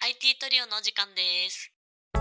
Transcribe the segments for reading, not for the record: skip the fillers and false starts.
IT トリオのお時間です。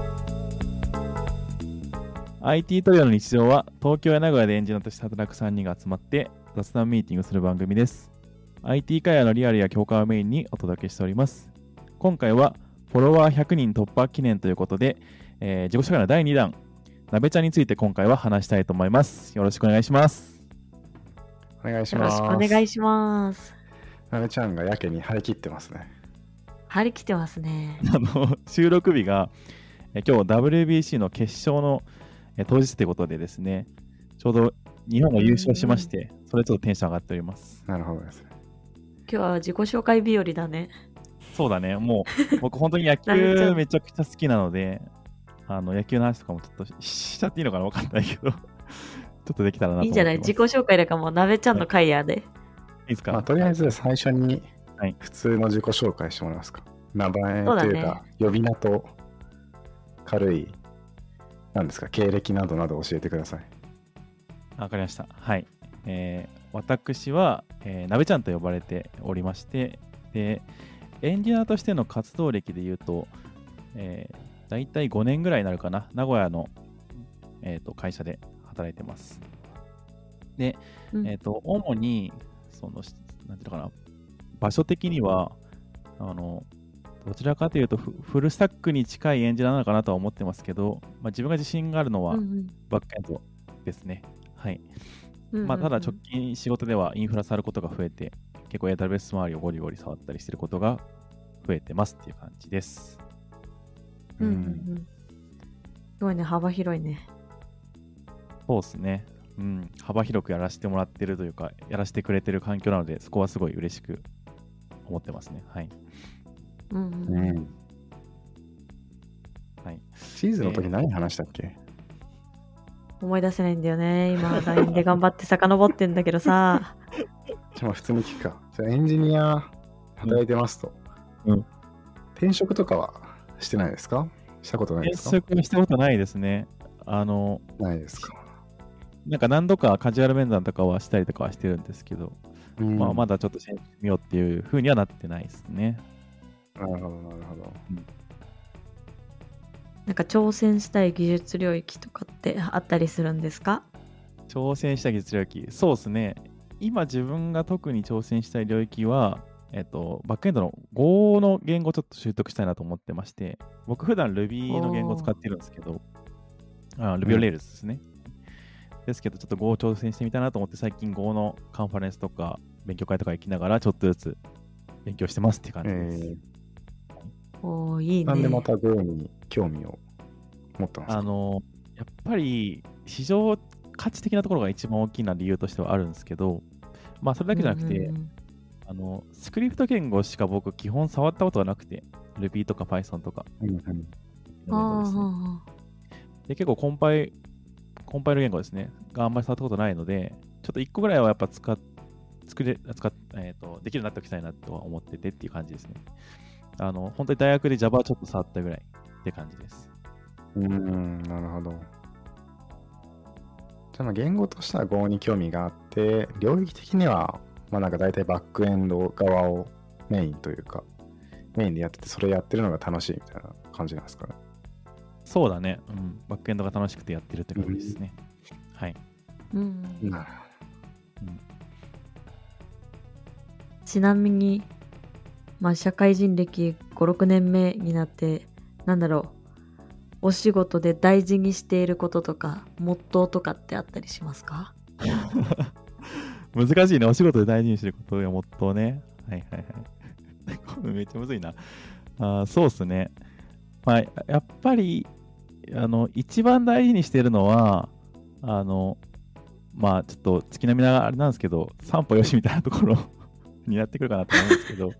IT トリオの日常は東京や名古屋でエンジニアとして働く3人が集まって雑談ミーティングする番組です。 IT 会話のリアルや共感をメインにお届けしております。今回はフォロワー100人突破記念ということで、自己紹介の第2弾なべちゃんについて今回は話したいと思います。よろしくお願いします。 お願いしよろます。 しくお願いします。 なべちゃんがやけに張り切ってますね。 張り切ってますね。 収録日が今日 WBC の決勝の当日ということでですね、ちょうど日本が優勝しまして、それちょっとテンション上がっております。 なるほどですね。 今日は自己紹介日和だね。 そうだね、もう僕本当に野球めちゃくちゃ好きなので、野球の話とかもちょっとしちゃっていいのかな、わかんないけど、ちょっとできたらなと思ってます。 いいんじゃない？自己紹介だからもうなべちゃんの回やで。いいですか？ とりあえず最初に普通の自己紹介してもらえますか。名前というか、呼び名と軽い何ですか、経歴などなど教えてください。 わかりました。はい。私は、なべちゃんと呼ばれておりまして、で、エンジニアとしての活動歴で言うと、だいたい5年ぐらいになるかな、名古屋の、会社で働いてます。で、主に、なんていうのかな、場所的には、どちらかというとフルスタックに近いエンジニアなのかなとは思ってますけど、自分が自信があるのはバックエンドですね。はい。ただ直近仕事ではインフラ触ることが増えて、結構 AWS 周りをゴリゴリ触ったりしてることが増えてますっていう感じです。 すごいね、幅広いね。 そうですね。幅広くやらせてもらってるというか、やらせてくれてる環境なので、そこはすごい嬉しく思ってますね。はい。 はい。シーズンの時何話したっけ？ 思い出せないんだよね。今 LINE で頑張って遡ってんだけどさ。 じゃあ普通に聞くか。じゃあエンジニア働いてますと。転職とかはしてないですか？したことないですか？ 転職したことないですね。 ないですか。 なんか何度かカジュアル面談とかはしたりとかはしてるんですけど、まだちょっとしてみようっていう風にはなってないですね。 なるほど、なるほど。 なんか挑戦したい技術領域とかってあったりするんですか？ 挑戦したい技術領域、そうですね。今自分が特に挑戦したい領域は、バックエンドの Go の言語をちょっと習得したいなと思ってまして、僕普段 Ruby の言語を使ってるんですけど、Ruby on Rails ですね。ですけど、ちょっと Go を挑戦してみたいなと思って、最近 Go のカンファレンスとか勉強会とか行きながら、ちょっとずつ勉強してますって感じです。 いいね。 なんでまた Go に興味を持ったんですか？ やっぱり市場価値的なところが一番大きな理由としてはあるんですけど、それだけじゃなくて、スクリプト言語しか僕基本触ったことがなくて、Ruby とか Python とか。で結構コンパイル言語ですね、があんまり触ったことないので、ちょっと1個ぐらいはやっぱできるようになっておきたいなとは思っててっていう感じですね。本当に大学で Java ちょっと触ったぐらいって感じです。 なるほど。じゃあ言語としては Go に興味があって、領域的にはなんか大体バックエンド側をメインというか、メインでやってて、それやってるのが楽しいみたいな感じなんですかね。 そうだね。バックエンドが楽しくてやってるって感じですね。はい。 ちなみに、社会人歴5、6年目になって、お仕事で大事にしていることとか、モットーとかってあったりしますか？ 難しいね。お仕事で大事にしてることやモットーね。はいはいはい。めっちゃむずいな。そうっすね。やっぱり、一番大事にしてるのは、ちょっと月並みなあれなんですけど、散歩よしみたいなところになってくるかなと思うんですけど、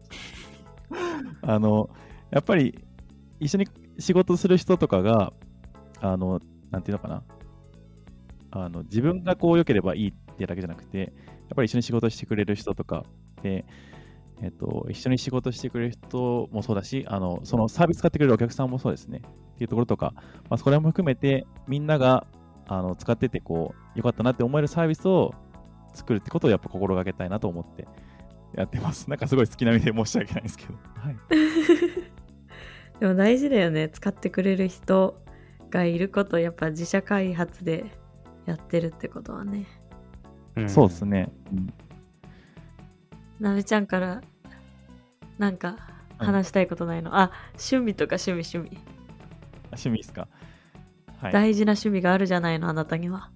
やっぱり一緒に仕事する人とかが、なんていうのかな、自分が良ければいいってだけじゃなくて、やっぱり一緒に仕事してくれる人とかで、一緒に仕事してくれる人もそうだし、そのサービス使ってくれるお客さんもそうですね。っていうところとか、それも含めて、みんなが使ってて良かったなって思えるサービスを作るってことをやっぱ心がけたいなと思ってやってます。なんかすごい好きな意味で申し訳ないんですけど。はい。 でも大事だよね。使ってくれる人がいること、やっぱ自社開発でやってるってことはね。 そうですね。 なべちゃんからなんか話したいことないの？趣味とか趣味。 趣味ですか。はい。 大事な趣味があるじゃないの、あなたには。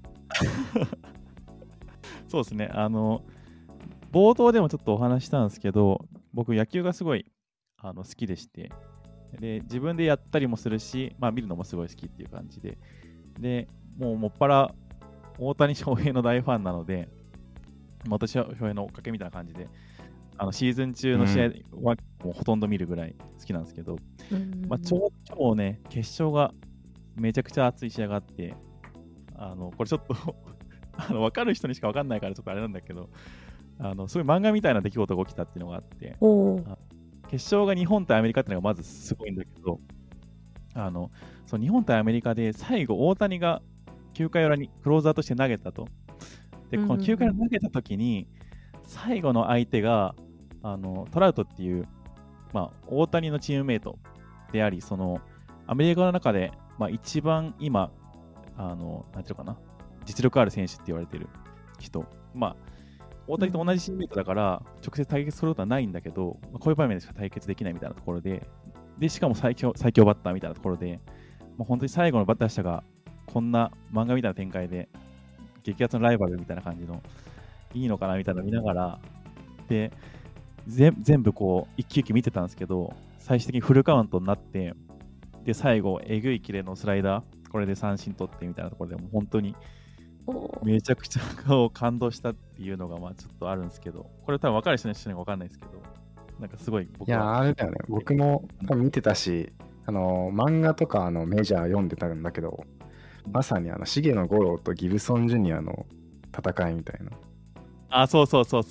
そうですね。冒頭でもちょっとお話したんですけど、僕野球がすごい好きでして、で自分でやったりもするし、見るのもすごい好きっていう感じで、でもっぱら大谷翔平の大ファンなので、私は翔平の追っかけみたいな感じで、シーズン中の試合はもうほとんど見るぐらい好きなんですけど、今日ね、決勝がめちゃくちゃ熱い試合があって、これちょっと分かる人にしか分かんないからちょっとあれなんだけど、すごい漫画みたいな出来事が起きたっていうのがあって、決勝が日本対アメリカっていうのがまずすごいんだけど、そう日本対アメリカで最後大谷が9回裏にクローザーとして投げたと。で、この9回裏投げた時に、最後の相手がトラウトっていう、大谷のチームメイトであり、そのアメリカの中で、一番今なんていうのかな、実力ある選手って言われてる人、大谷と同じチームメイトだから直接対決することはないんだけど、こういう場面でしか対決できないみたいなところで、しかも最強バッターみたいなところで、本当に最後のバッター下がこんな漫画みたいな展開で激アツのライバルみたいな感じのいいのかなみたいなの見ながら、で全部こう一球一球見てたんですけど、最終的にフルカウントになって、で最後えぐいキレのスライダー、これで三振取ってみたいなところでもう本当にめちゃくちゃ感動したっていうのがちょっとあるんですけど、これ多分分かる人には分かんないですけど、なんかすごい僕は。 いや、あれだよね。僕も多分見てたし、漫画とかメジャー読んでたんだけど、まさに重野五郎とギブソンジュニアの戦いみたいな。 そう。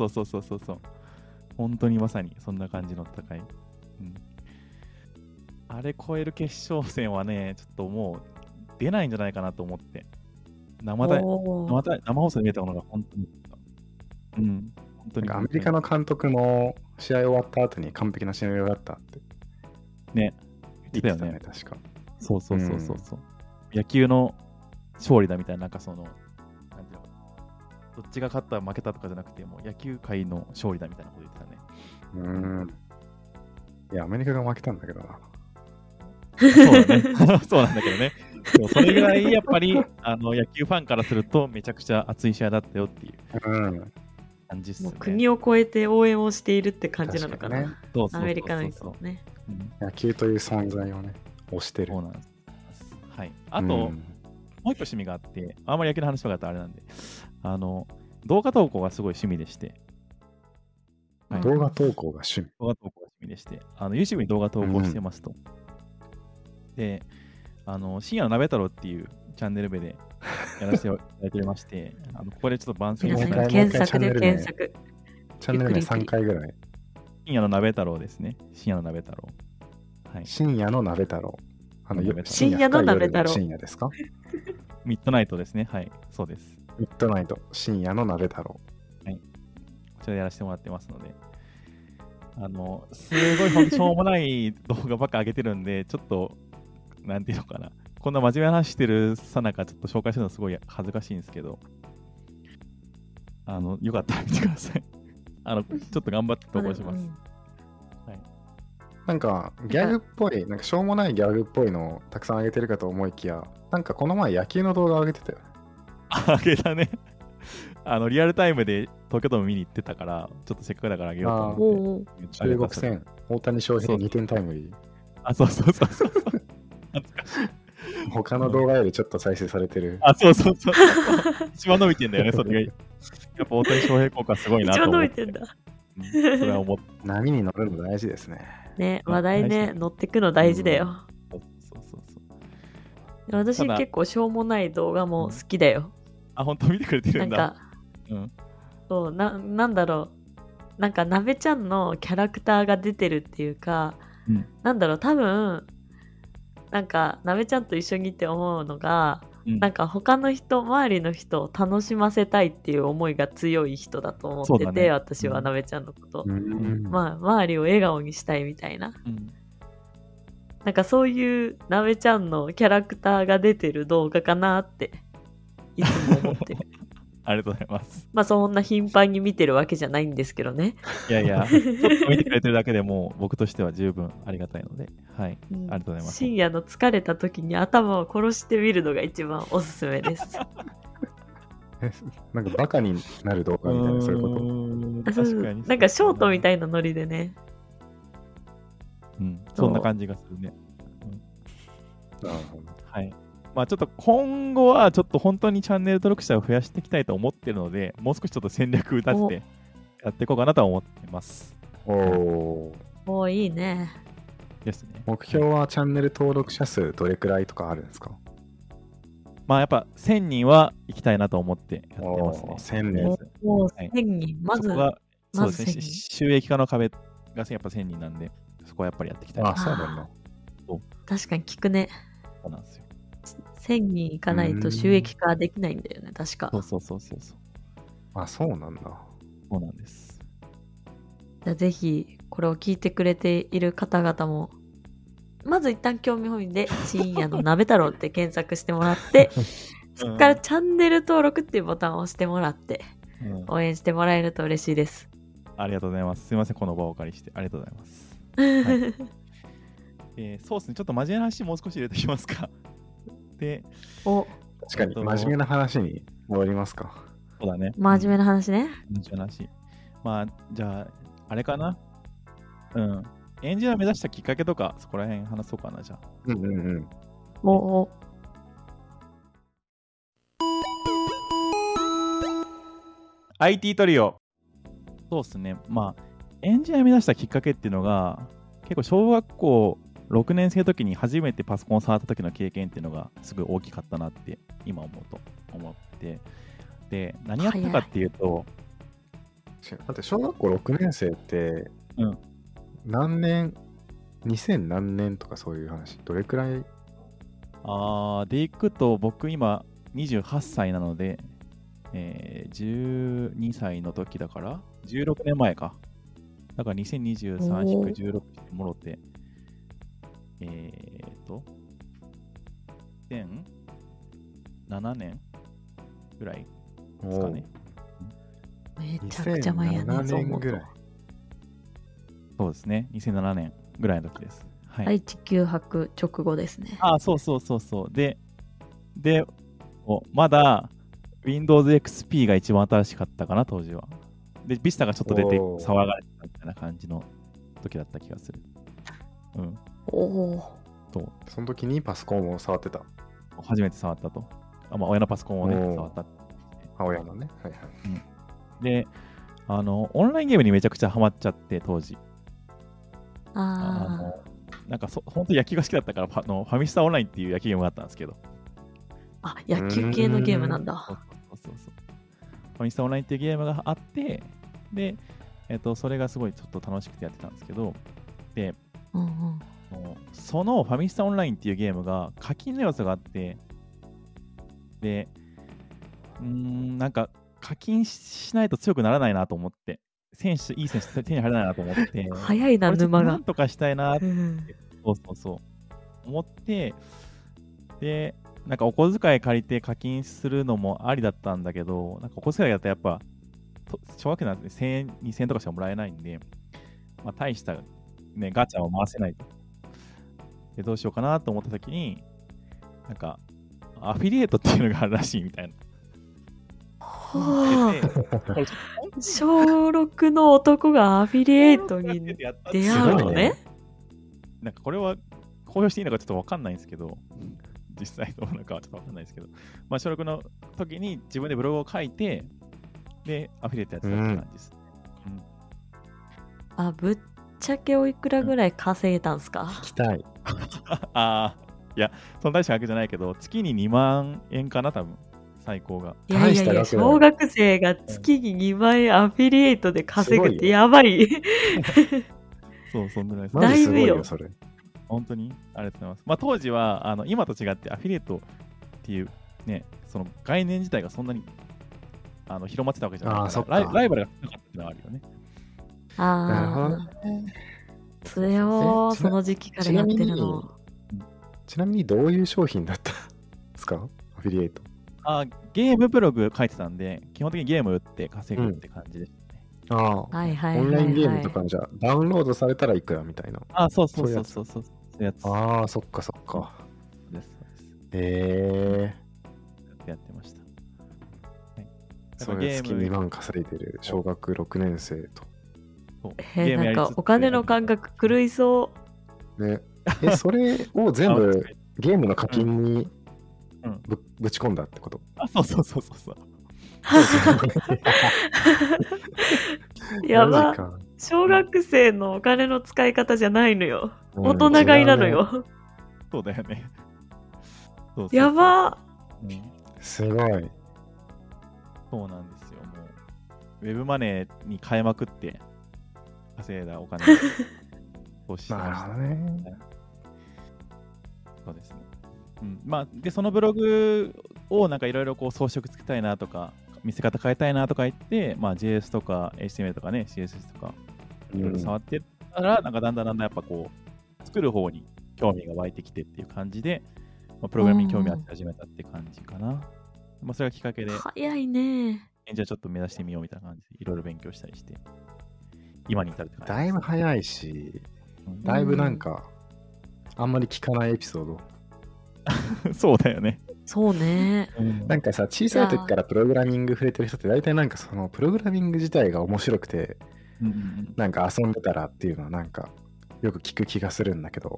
本当にまさにそんな感じの戦い。あれ超える決勝戦はね、ちょっともう出ないんじゃないかなと思って。生放送で見えたものが本当に。本当に。 アメリカの監督も試合終わった後に完璧なシナリオだったって。 ね。 言ってたよね、確か。 そう。野球の勝利だみたいな、なんていうの、どっちが勝った負けたとかじゃなくて、もう野球界の勝利だみたいなこと言ってたね。 いや、アメリカが負けたんだけどな。 そうだね。そうなんだけどね。でもそれぐらいやっぱり野球ファンからするとめちゃくちゃ熱い試合だったよっていう感じっすね。 もう国を越えて応援をしているって感じなのかな。アメリカの人もね。 野球という存在をね、推してる。 そうなんです。はい。あと、もう一個趣味があって、あんまり野球の話とかだとあれなんで、動画投稿がすごい趣味でして。 動画投稿が趣味。 動画投稿が趣味でして、YouTube に動画投稿してますと。で、深夜の鍋太郎っていうチャンネル名でやらせていただいておりまして、ここでちょっと番宣を検索で検索。 チャンネル名3回ぐらい。 深夜の鍋太郎ですね。深夜の鍋太郎。 深夜の鍋太郎。 深夜の鍋太郎。 深夜ですか？ ミッドナイトですね。はい、そうです。 ミッドナイト、深夜の鍋太郎。 はい。こちらでやらせてもらってますので、すごいほんとしょうもない動画ばっか上げてるんで、ちょっと、なんていうのかな。こんな真面目な話してるさなか、ちょっと紹介するのすごい恥ずかしいんですけど、よかったら見てください。ちょっと頑張って投稿します。はい。 なんか、ギャグっぽい、なんかしょうもないギャグっぽいのをたくさん上げてるかと思いきや、なんかこの前野球の動画上げてたよね。 上げたね。リアルタイムで東京ドーム見に行ってたから、ちょっとせっかくだからあげようと思って。 中国戦、大谷翔平2点タイムリー。 そう。 他の動画よりちょっと再生されてる。 そう。一番伸びてんだよね、それが。やっぱ大谷翔平効果すごいなと思って。 一番伸びてんだ。 それは思って。 波に乗るの大事ですね。 ね、話題ね、乗ってくの大事だよ。 そう。 私結構しょうもない動画も好きだよ。 本当見てくれてるんだ。 なんか、そう、なんだろう。なんか、なべちゃんのキャラクターが出てるっていうか、なんだろう、多分、なんか、なべちゃんと一緒にって思うのが、なんか他の人、周りの人を楽しませたいっていう思いが強い人だと思ってて、私はなべちゃんのこと。周りを笑顔にしたいみたいな。 なんかそういうなべちゃんのキャラクターが出てる動画かなっていつも思ってる。 ありがとうございます。 まあそんな頻繁に見てるわけじゃないんですけどね。 いやいや、ちょっと見てくれてるだけでもう僕としては十分ありがたいので、はい、 うんありがとうございます。 深夜の疲れた時に頭を殺してみるのが一番おすすめです。 なんかバカになる動画みたいな、そういうこと。 あそうそう確かに。 なんかショートみたいなノリでね。 うん、そんな感じがするね。 なるほど。 はい。まあちょっと今後はちょっと本当にチャンネル登録者を増やしていきたいと思ってるので、もう少しちょっと戦略立ててやっていこうかなとは思ってます。 おお。 おーいいね。 ですね。 目標はチャンネル登録者数どれくらいとかあるんですか？ まあやっぱ1000人は行きたいなと思ってやってますね。 おー1000人もうはい 1000人、まずそこがそうですね。 1000人収益化の壁がやっぱ1000人なんで、そこはやっぱりやっていきたいな。 あ、そうなんだ。 確かに聞くね。 そうなんですよ。 1000人いかないと収益化できないんだよね、確か。 そう。 あ、そうなんだ。 そうなんです。 じゃあぜひこれを聞いてくれている方々もまず一旦興味本位で深夜の鍋太郎って検索してもらってそこからチャンネル登録っていうボタンを押してもらってうん応援してもらえると嬉しいです。 ありがとうございます。すみません、この場をお借りしてありがとうございます。そうですね、ちょっと真面目な話もう少し入れておきますか。で、 お、 確かに真面目な話に戻りますか。 そうだね。 真面目な話ね。 真面目な話。まあ、じゃあ、あれかな。うん。エンジニア目指したきっかけとか、そこら辺話そうかな、じゃあ。 うんうんうん。 お、 IT トリオ。そうですね。まあ、エンジニア目指したきっかけっていうのが、結構小学校6年生の時に初めてパソコンを触った時の経験っていうのがすごい大きかったなって今思って。で、何やったかっていうと、 だって小学校6年生って、 うん何年、2000何年とかそういう話、どれくらい？ でいくと、僕今28歳なので、12歳の時だから、16年前か。だから2023-16してもろて、2007年ぐらいですかね。 めちゃくちゃ前やね。 2007年ぐらい。 そうですね。2007年ぐらいの時です。はい。 愛知九博直後ですね。 そう。で、まだ Windows XP が一番新しかったかな、当時は。で、Vista がちょっと出て騒がれてたみたいな感じの時だった気がする。うん。 おお。 その時にパソコンを触ってた。 初めて触ったと。親のパソコンをね、触った。 親のね。はいはい。 で、オンラインゲームにめちゃくちゃハマっちゃって、当時。なんか本当に野球が好きだったから、ファミスタオンラインっていう野球ゲームがあったんですけど。 野球系のゲームなんだ。 そう。ファミスタオンラインっていうゲームがあって、で、それがすごいちょっと楽しくてやってたんですけど、で、そのファミスタオンラインっていうゲームが課金の要素があって、で、なんか課金しないと強くならないなと思って、いい選手手に入らないなと思って、 早いな、沼が。 なんとかしたいなって、そう思って、で、なんかお小遣い借りて課金するのもありだったんだけど、なんかお小遣いだとやっぱ、小学生なんて1000円、2000円とかしかもらえないんで、大した、ね、ガチャを回せないと。で、どうしようかなと思ったときに、なんか、アフィリエイトっていうのがあるらしいみたいな。 小6の男がアフィリエイトに出会うのね。 なんかこれは公表していいのかちょっとわかんないんですけど、実際どうなのかはちょっとわかんないですけど、小6の時に自分でブログを書いて、で、アフィリエイトやってたって感じです。 ぶっちゃけおいくらぐらい稼げたんすか？ 聞きたい。 いや、その大したわけじゃないけど、月に2万円かな、多分、最高が。 いや、小学生が月に2万円アフィリエイトで稼ぐってやばい。 そう、そんぐらいです。 マジすごいよ、それ。 本当にありがとうございます。当時は、今と違ってアフィリエイトっていうね、その概念自体がそんなに広まってたわけじゃないから、ライバルが少なかったっていうのはあるよね。 なるほど。 そう強ー、 えその時期からやってるの。 ちなみにどういう商品だったんですか？アフィリエイト。 ゲームブログ書いてたんで、基本的にゲーム売って稼ぐって感じですね。 ああ、 はいはいオンラインゲームとはかじゃあダウンロードされたらいくらみたいな。 そうそうそういうやつそうそう。そういうやつ。 ああ、そっかそっか。 そうです。やってました。はい、 それ月2万稼いでる小学6年生と。 そうい。なんかお金の感覚狂いそね。それを全部ゲームの課金にうんぶち込んだってこと？ そうそうそうそう。 う。やば。 マジか。 小学生のお金の使い方じゃないのよ。 うん大人買いなの違うねよ。 そうだよね。そうそうそうやば。 うんすごい。 そうなんですよ。もう、ウェブマネーに変えまくって稼いだお金をしてました。 なるほどね。 そうですね。で、そのブログをなんかいろいろこう装飾つけたいなとか、見せ方変えたいなとか言って、JS とか HTML とかね、CSS とか、いろいろ触ってったら、なんかだんだんやっぱこう、作る方に興味が湧いてきてっていう感じで、プログラミングに興味を持ち始めたって感じかな。それがきっかけで、 早いね。 じゃあちょっと目指してみようみたいな感じで、いろいろ勉強したりして、今に至るって感じです。 だいぶ早いし、だいぶなんか、あんまり聞かないエピソード。 そうだよね。 そうね。 なんかさ、小さい時からプログラミング触れてる人って大体なんかそのプログラミング自体が面白くて、なんか遊んでたらっていうのはなんかよく聞く気がするんだけど、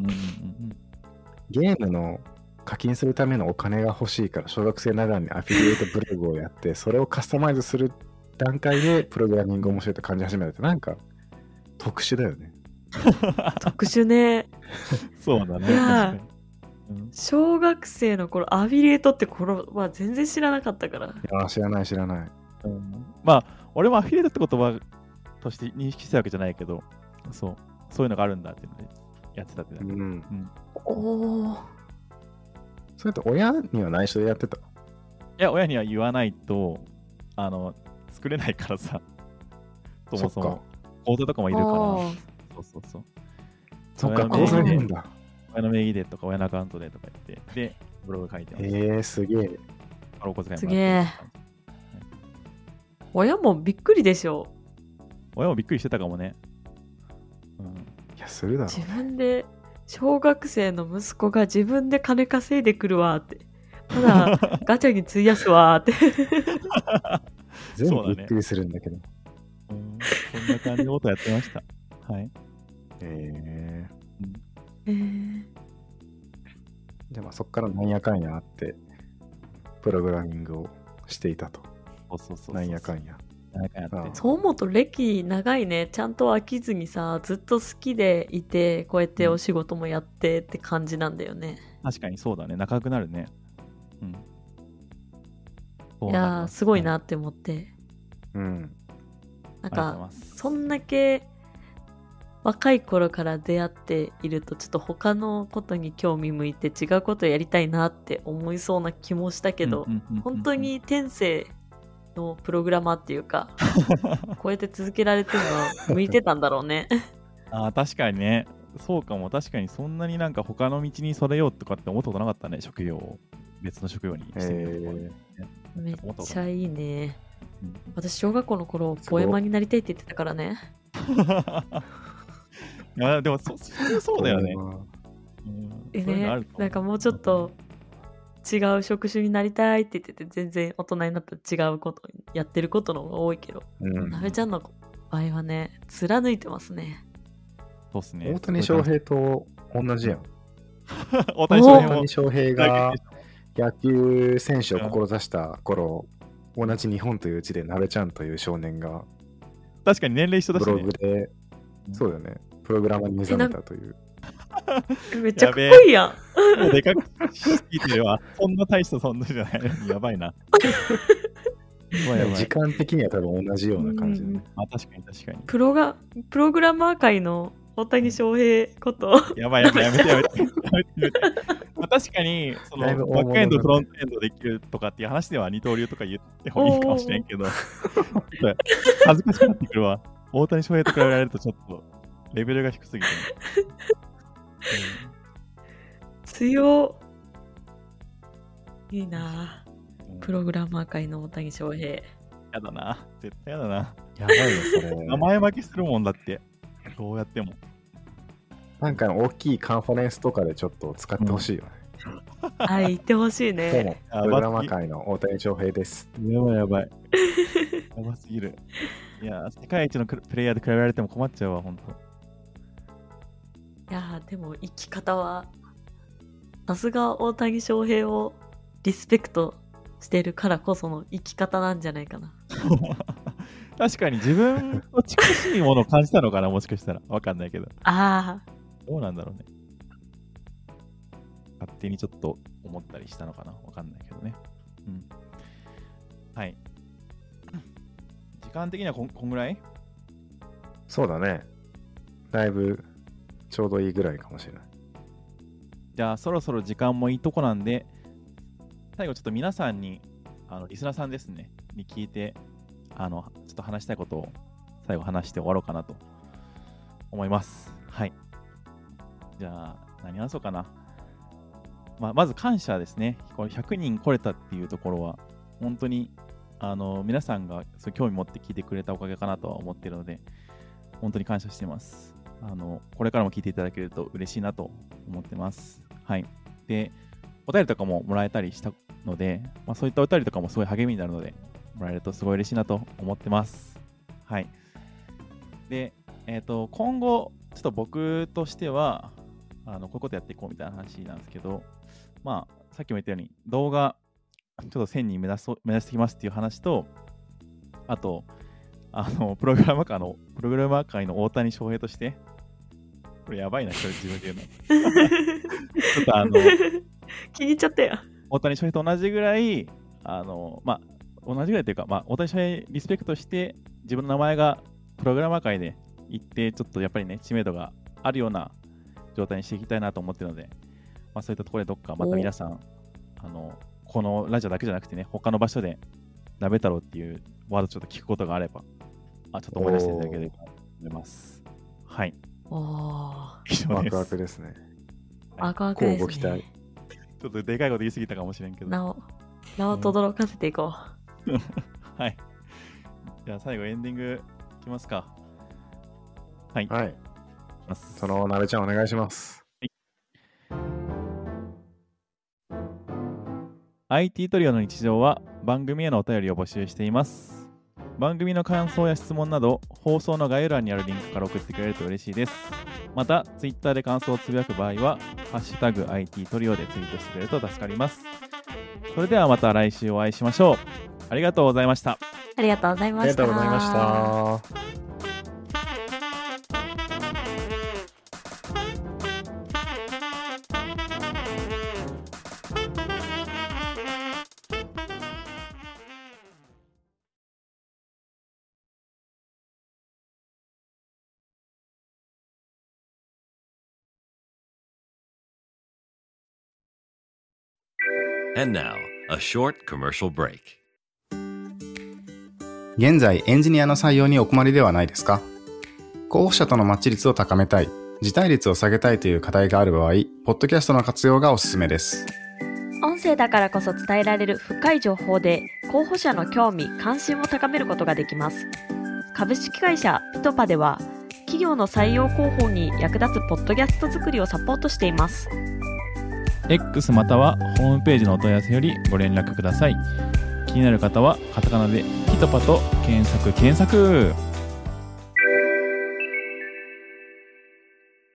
ゲームの課金するためのお金が欲しいから小学生ながらにアフィリエイトブログをやってそれをカスタマイズする段階でプログラミング面白いと感じ始めたってなんか特殊だよね。 特殊ね。 そうだね。 いやー確かに小学生の頃アフィリエイトって頃は全然知らなかったから。 いやー知らない知らない。 俺もアフィリエイトって言葉として認識してたわけじゃないけど、そういうのがあるんだっていうのでやってたってだけ。 おお。 それって親には内緒でやってた？ いや、親には言わないと、作れないからさ、そもそも。口座とかもいるから。そう。 そっか、口座いるんだ。 親の名義でとか、親のアカウントでとか言って、で、ブログ書いてます。 すげえ。 すげえ。親もびっくりでしょ。 親もびっくりしてたかもね。 いや、するだろう、ね。 自分で、小学生の息子が自分で金稼いでくるわって。ただ、ガチャに費やすわって。 全部びっくりするんだけど。 そんな感じのことやってました。はい。 じゃあそっからなんやかんやあって、プログラミングをしていたと。 そう。 なんやかんや。 そう思うと歴長いね。ちゃんと飽きずにさ、ずっと好きでいて、こうやってお仕事もやってって感じなんだよね。 確かにそうだね。仲良くなるね。 いやー、すごいなって思って。なんか、そんだけ若い頃から出会っていると、ちょっと他のことに興味向いて違うことやりたいなって思いそうな気もしたけど、本当に天性のプログラマーっていうか、こうやって続けられてるのは向いてたんだろうね。 確かにね。そうかも。確かにそんなになんか他の道にそれようとかって思ったことなかったね。職業を別の職業にしてみるとか、 めっちゃいいね。私小学校の頃ポエマーになりたいって言ってたからね。 いやでもそうだよね。 なんかもうちょっと違う職種になりたいって言ってて、全然大人になったら違うことやってることの方が多いけど、なべちゃんの場合はね、貫いてますね。 そうっすね。 大谷翔平と同じやん。 大谷翔平が野球選手を志した頃、同じ日本という地でなべちゃんという少年が確かに年齢一緒だしね。 ブログで、そうだよね、プログラマーに目覚めたという。 めっちゃかっこいいやん。 もうでかく聞いてるわ。そんな大したそんなじゃない。やばいな。 時間的には多分同じような感じで、ね。 確かに。 プログラマー界の大谷翔平こと。 やめて。確かに、そのバックエンド、フロントエンドできるとかっていう話では二刀流とか言ってもいいかもしれんけど、恥ずかしくなってくるわ。大谷翔平と比べられるとちょっとレベルが低すぎて、 強っ。いいなぁ。 うんプログラマー界の大谷翔平。 やだな。絶対やだな。 やばいよ、それ。 名前負けするもんだって。どうやっても。 なんか大きいカンファレンスとかでちょっと使ってほしいよね。 あ、言ってほしいどうもね。、 あプログラマー界の大谷翔平です。 やばいやばい。やばすぎる。いや、世界一のプレイヤーで比べられても困っちゃうわ、ほんと。 いやーでも生き方はさすが大谷翔平をリスペクトしてるからこその生き方なんじゃないかな。 確かに自分と近しいものを感じたのかな、もしかしたら。わかんないけど。 ああ、 どうなんだろうね。勝手にちょっと思ったりしたのかな。わかんないけどね。うん。はい。時間的にはこんぐらい？ そうだね。だいぶちょうどいいぐらいかもしれない。 じゃあそろそろ時間もいいとこなんで、最後ちょっと皆さんに、リスナーさんですね、に聞いて、ちょっと話したいことを最後話して終わろうかなと思います。はい。じゃあ、何話そうかな。まず感謝ですね。これ100人来れたっていうところは、本当に、皆さんがそう興味持って聞いてくれたおかげかなとは思っているので、本当に感謝しています。これからも聞いていただけると嬉しいなと思ってます。はい。で、お便りとかももらえたりしたので、そういったお便りとかもすごい励みになるので、もらえるとすごい嬉しいなと思ってます。はい。で、今後、ちょっと僕としては、こういうことやっていこうみたいな話なんですけど、さっきも言ったように、動画、ちょっと1000人目指してきますっていう話と、あと、プログラマー界の大谷翔平として、これやばいな、これ自分で言うの。ちょっと気に入っちゃったよ。 大谷翔平と同じぐらい、同じぐらいというか、大谷翔平リスペクトして、自分の名前がプログラマー界で行って、ちょっとやっぱりね、知名度があるような状態にしていきたいなと思ってるので、そういったところでどっかまた皆さん、このラジオだけじゃなくてね、他の場所でなべ太郎っていうワードちょっと聞くことがあれば、ちょっと思い出していただければと思います。はい。 おー、 以上です。 ワクワクですね。 ワクワクです乞うご期待ね。 ちょっとでかいこと言い過ぎたかもしれんけど。 名を轟かせていこはい。じゃあ最後エンディングいきますか。はい。 はい。 いきます。 そのなべちゃんお願いします。 IT トリオの日常は番組へのお便りを募集しています。番組の感想や質問など放送の概要欄にあるリンクから送ってくれると嬉しいです。また Twitter で感想をつぶやく場合はハッシュタグ IT トリオでツイートしてくれると助かります。それではまた来週お会いしましょう。ありがとうございました。 う。ありがとうございまありした。 がとうございました。 And now, a short commercial break. 現在エンジニアの採用にお困りではないですか？候補者とのマッチ率を高めたい、辞退率を下げたいという課題がある場合、ポッドキャストの活用がおすすめです。 音声だからこそ伝えられる深い情報で候補者の興味・関心を高めることができます。株式会社ピトパでは企業の採用広報に役立つポッドキャスト作りをサポートしています。 X またはホームページのお問い合わせよりご連絡ください。気になる方はカタカナでピトパと検索